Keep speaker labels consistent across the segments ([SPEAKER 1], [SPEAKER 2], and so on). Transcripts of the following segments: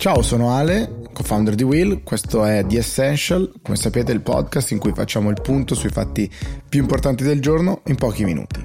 [SPEAKER 1] Ciao, sono Ale, co-founder di Will, questo è The Essential, come sapete il podcast in cui facciamo il punto sui fatti più importanti del giorno in pochi minuti.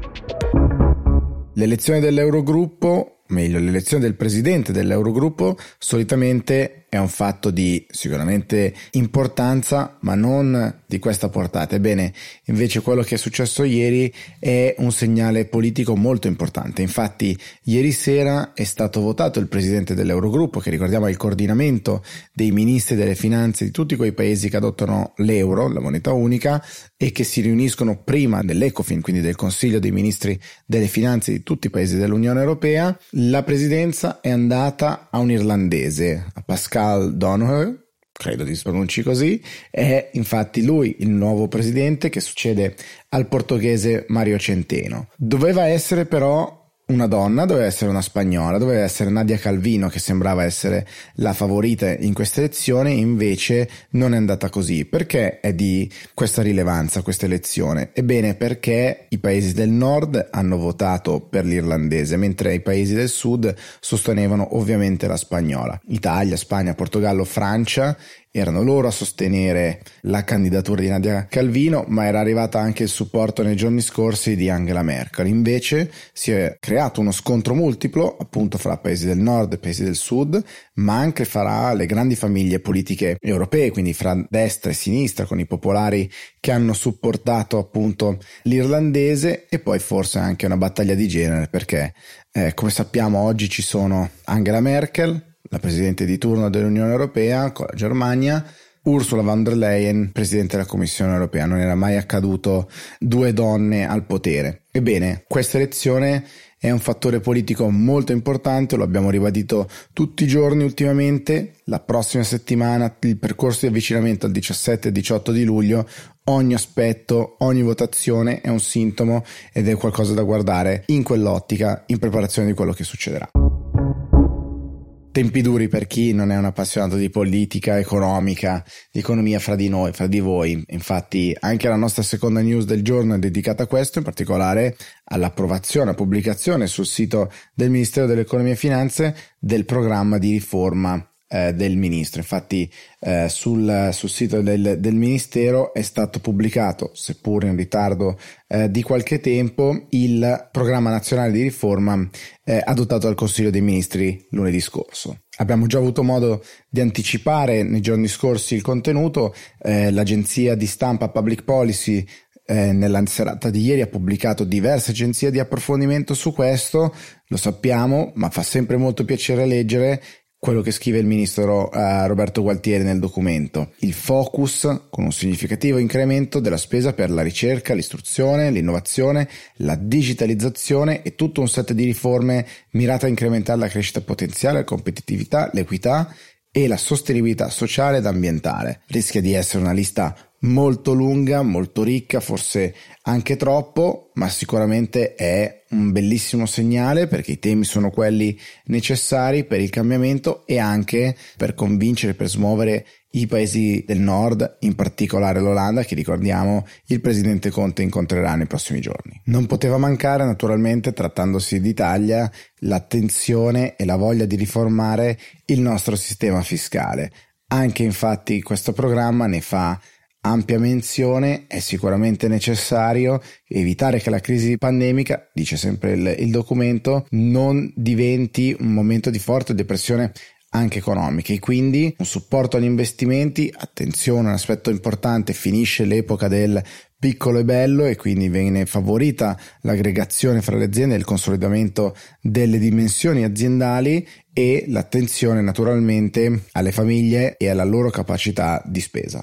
[SPEAKER 1] L'elezione dell'Eurogruppo, meglio l'elezione del presidente dell'Eurogruppo, solitamente è un fatto di sicuramente importanza, ma non di questa portata. Ebbene, invece quello che è successo ieri è un segnale politico molto importante. Infatti, ieri sera è stato votato il presidente dell'Eurogruppo, che ricordiamo è il coordinamento dei ministri delle finanze di tutti quei paesi che adottano l'euro, la moneta unica, e che si riuniscono prima dell'Ecofin, quindi del Consiglio dei ministri delle finanze di tutti i paesi dell'Unione Europea. La presidenza è andata a un irlandese, a Pascal Donohoe, credo si pronunci così. È infatti lui il nuovo presidente, che succede al portoghese Mario Centeno. Doveva essere però una donna, doveva essere una spagnola, doveva essere Nadia Calvino, che sembrava essere la favorita in questa elezione, invece non è andata così. Perché è di questa rilevanza questa elezione? Ebbene, perché i paesi del nord hanno votato per l'irlandese, mentre i paesi del sud sostenevano ovviamente la spagnola. Italia, Spagna, Portogallo, Francia erano loro a sostenere la candidatura di Nadia Calvino, ma era arrivata anche il supporto nei giorni scorsi di Angela Merkel. Invece si è creato uno scontro multiplo appunto fra paesi del nord e paesi del sud, ma anche fra le grandi famiglie politiche europee, quindi fra destra e sinistra, con i popolari che hanno supportato appunto l'irlandese, e poi forse anche una battaglia di genere, perché come sappiamo oggi ci sono Angela Merkel, la presidente di turno dell'Unione Europea con la Germania, Ursula von der Leyen, presidente della Commissione Europea. Non era mai accaduto due donne al potere. Ebbene, questa elezione è un fattore politico molto importante, lo abbiamo ribadito tutti i giorni ultimamente. La prossima settimana, il percorso di avvicinamento al 17 e 18 di luglio, ogni aspetto, ogni votazione è un sintomo ed è qualcosa da guardare in quell'ottica, in preparazione di quello che succederà. Tempi duri per chi non è un appassionato di politica economica, di economia fra di noi, fra di voi. Infatti anche la nostra seconda news del giorno è dedicata a questo, in particolare all'approvazione, a pubblicazione sul sito del Ministero dell'Economia e Finanze del programma di riforma del ministro. Infatti sul sito del ministero è stato pubblicato, seppur in ritardo di qualche tempo, il programma nazionale di riforma adottato dal Consiglio dei Ministri lunedì scorso. Abbiamo già avuto modo di anticipare nei giorni scorsi il contenuto. L'agenzia di stampa Public Policy nella serata di ieri ha pubblicato diverse agenzie di approfondimento su questo, lo sappiamo, ma fa sempre molto piacere leggere quello che scrive il ministro Roberto Gualtieri nel documento. Il focus con un significativo incremento della spesa per la ricerca, l'istruzione, l'innovazione, la digitalizzazione e tutto un set di riforme mirate a incrementare la crescita potenziale, la competitività, l'equità e la sostenibilità sociale ed ambientale. Rischia di essere una lista molto lunga, molto ricca, forse anche troppo, ma sicuramente è un bellissimo segnale, perché i temi sono quelli necessari per il cambiamento e anche per convincere, per smuovere i paesi del nord, in particolare l'Olanda, che ricordiamo il presidente Conte incontrerà nei prossimi giorni. Non poteva mancare, naturalmente, trattandosi d'Italia, l'attenzione e la voglia di riformare il nostro sistema fiscale. Anche infatti questo programma ne fa ampia menzione. È sicuramente necessario evitare che la crisi pandemica, dice sempre il documento, non diventi un momento di forte depressione anche economica, e quindi un supporto agli investimenti. Attenzione, un aspetto importante: finisce l'epoca del piccolo e bello e quindi viene favorita l'aggregazione fra le aziende, il consolidamento delle dimensioni aziendali e l'attenzione naturalmente alle famiglie e alla loro capacità di spesa.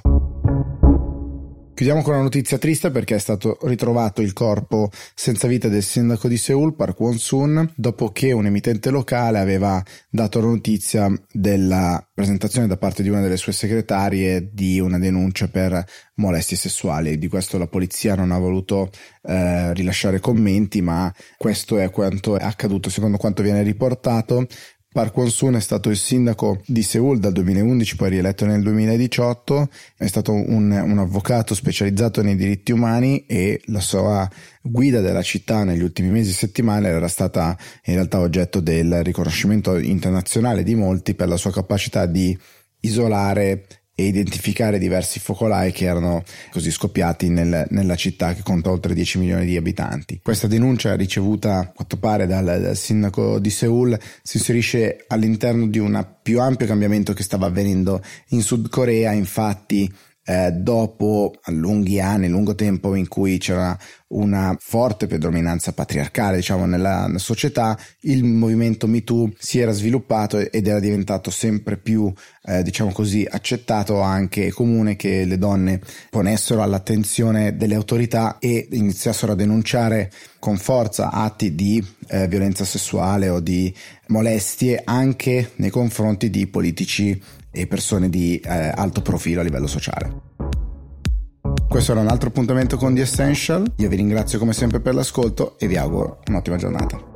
[SPEAKER 1] Chiudiamo con una notizia triste, perché è stato ritrovato il corpo senza vita del sindaco di Seul, Park Won-sun, dopo che un emittente locale aveva dato la notizia della presentazione da parte di una delle sue segretarie di una denuncia per molestie sessuali. Di questo la polizia non ha voluto rilasciare commenti, ma questo è quanto è accaduto secondo quanto viene riportato. Park Won-soon è stato il sindaco di Seul dal 2011, poi rieletto nel 2018, è stato un avvocato specializzato nei diritti umani e la sua guida della città negli ultimi mesi e settimane era stata in realtà oggetto del riconoscimento internazionale di molti per la sua capacità di isolare e identificare diversi focolai che erano così scoppiati nella città che conta oltre 10 milioni di abitanti. Questa denuncia ricevuta a quanto pare dal sindaco di Seul si inserisce all'interno di un più ampio cambiamento che stava avvenendo in Sud Corea. Infatti dopo lunghi anni, lungo tempo in cui c'era una forte predominanza patriarcale, diciamo, nella società, il movimento Me Too si era sviluppato ed era diventato sempre più, diciamo così, accettato anche comune che le donne ponessero all'attenzione delle autorità e iniziassero a denunciare con forza atti di violenza sessuale o di molestie anche nei confronti di politici e persone di alto profilo a livello sociale. Questo era un altro appuntamento con The Essential. Io vi ringrazio come sempre per l'ascolto e vi auguro un'ottima giornata.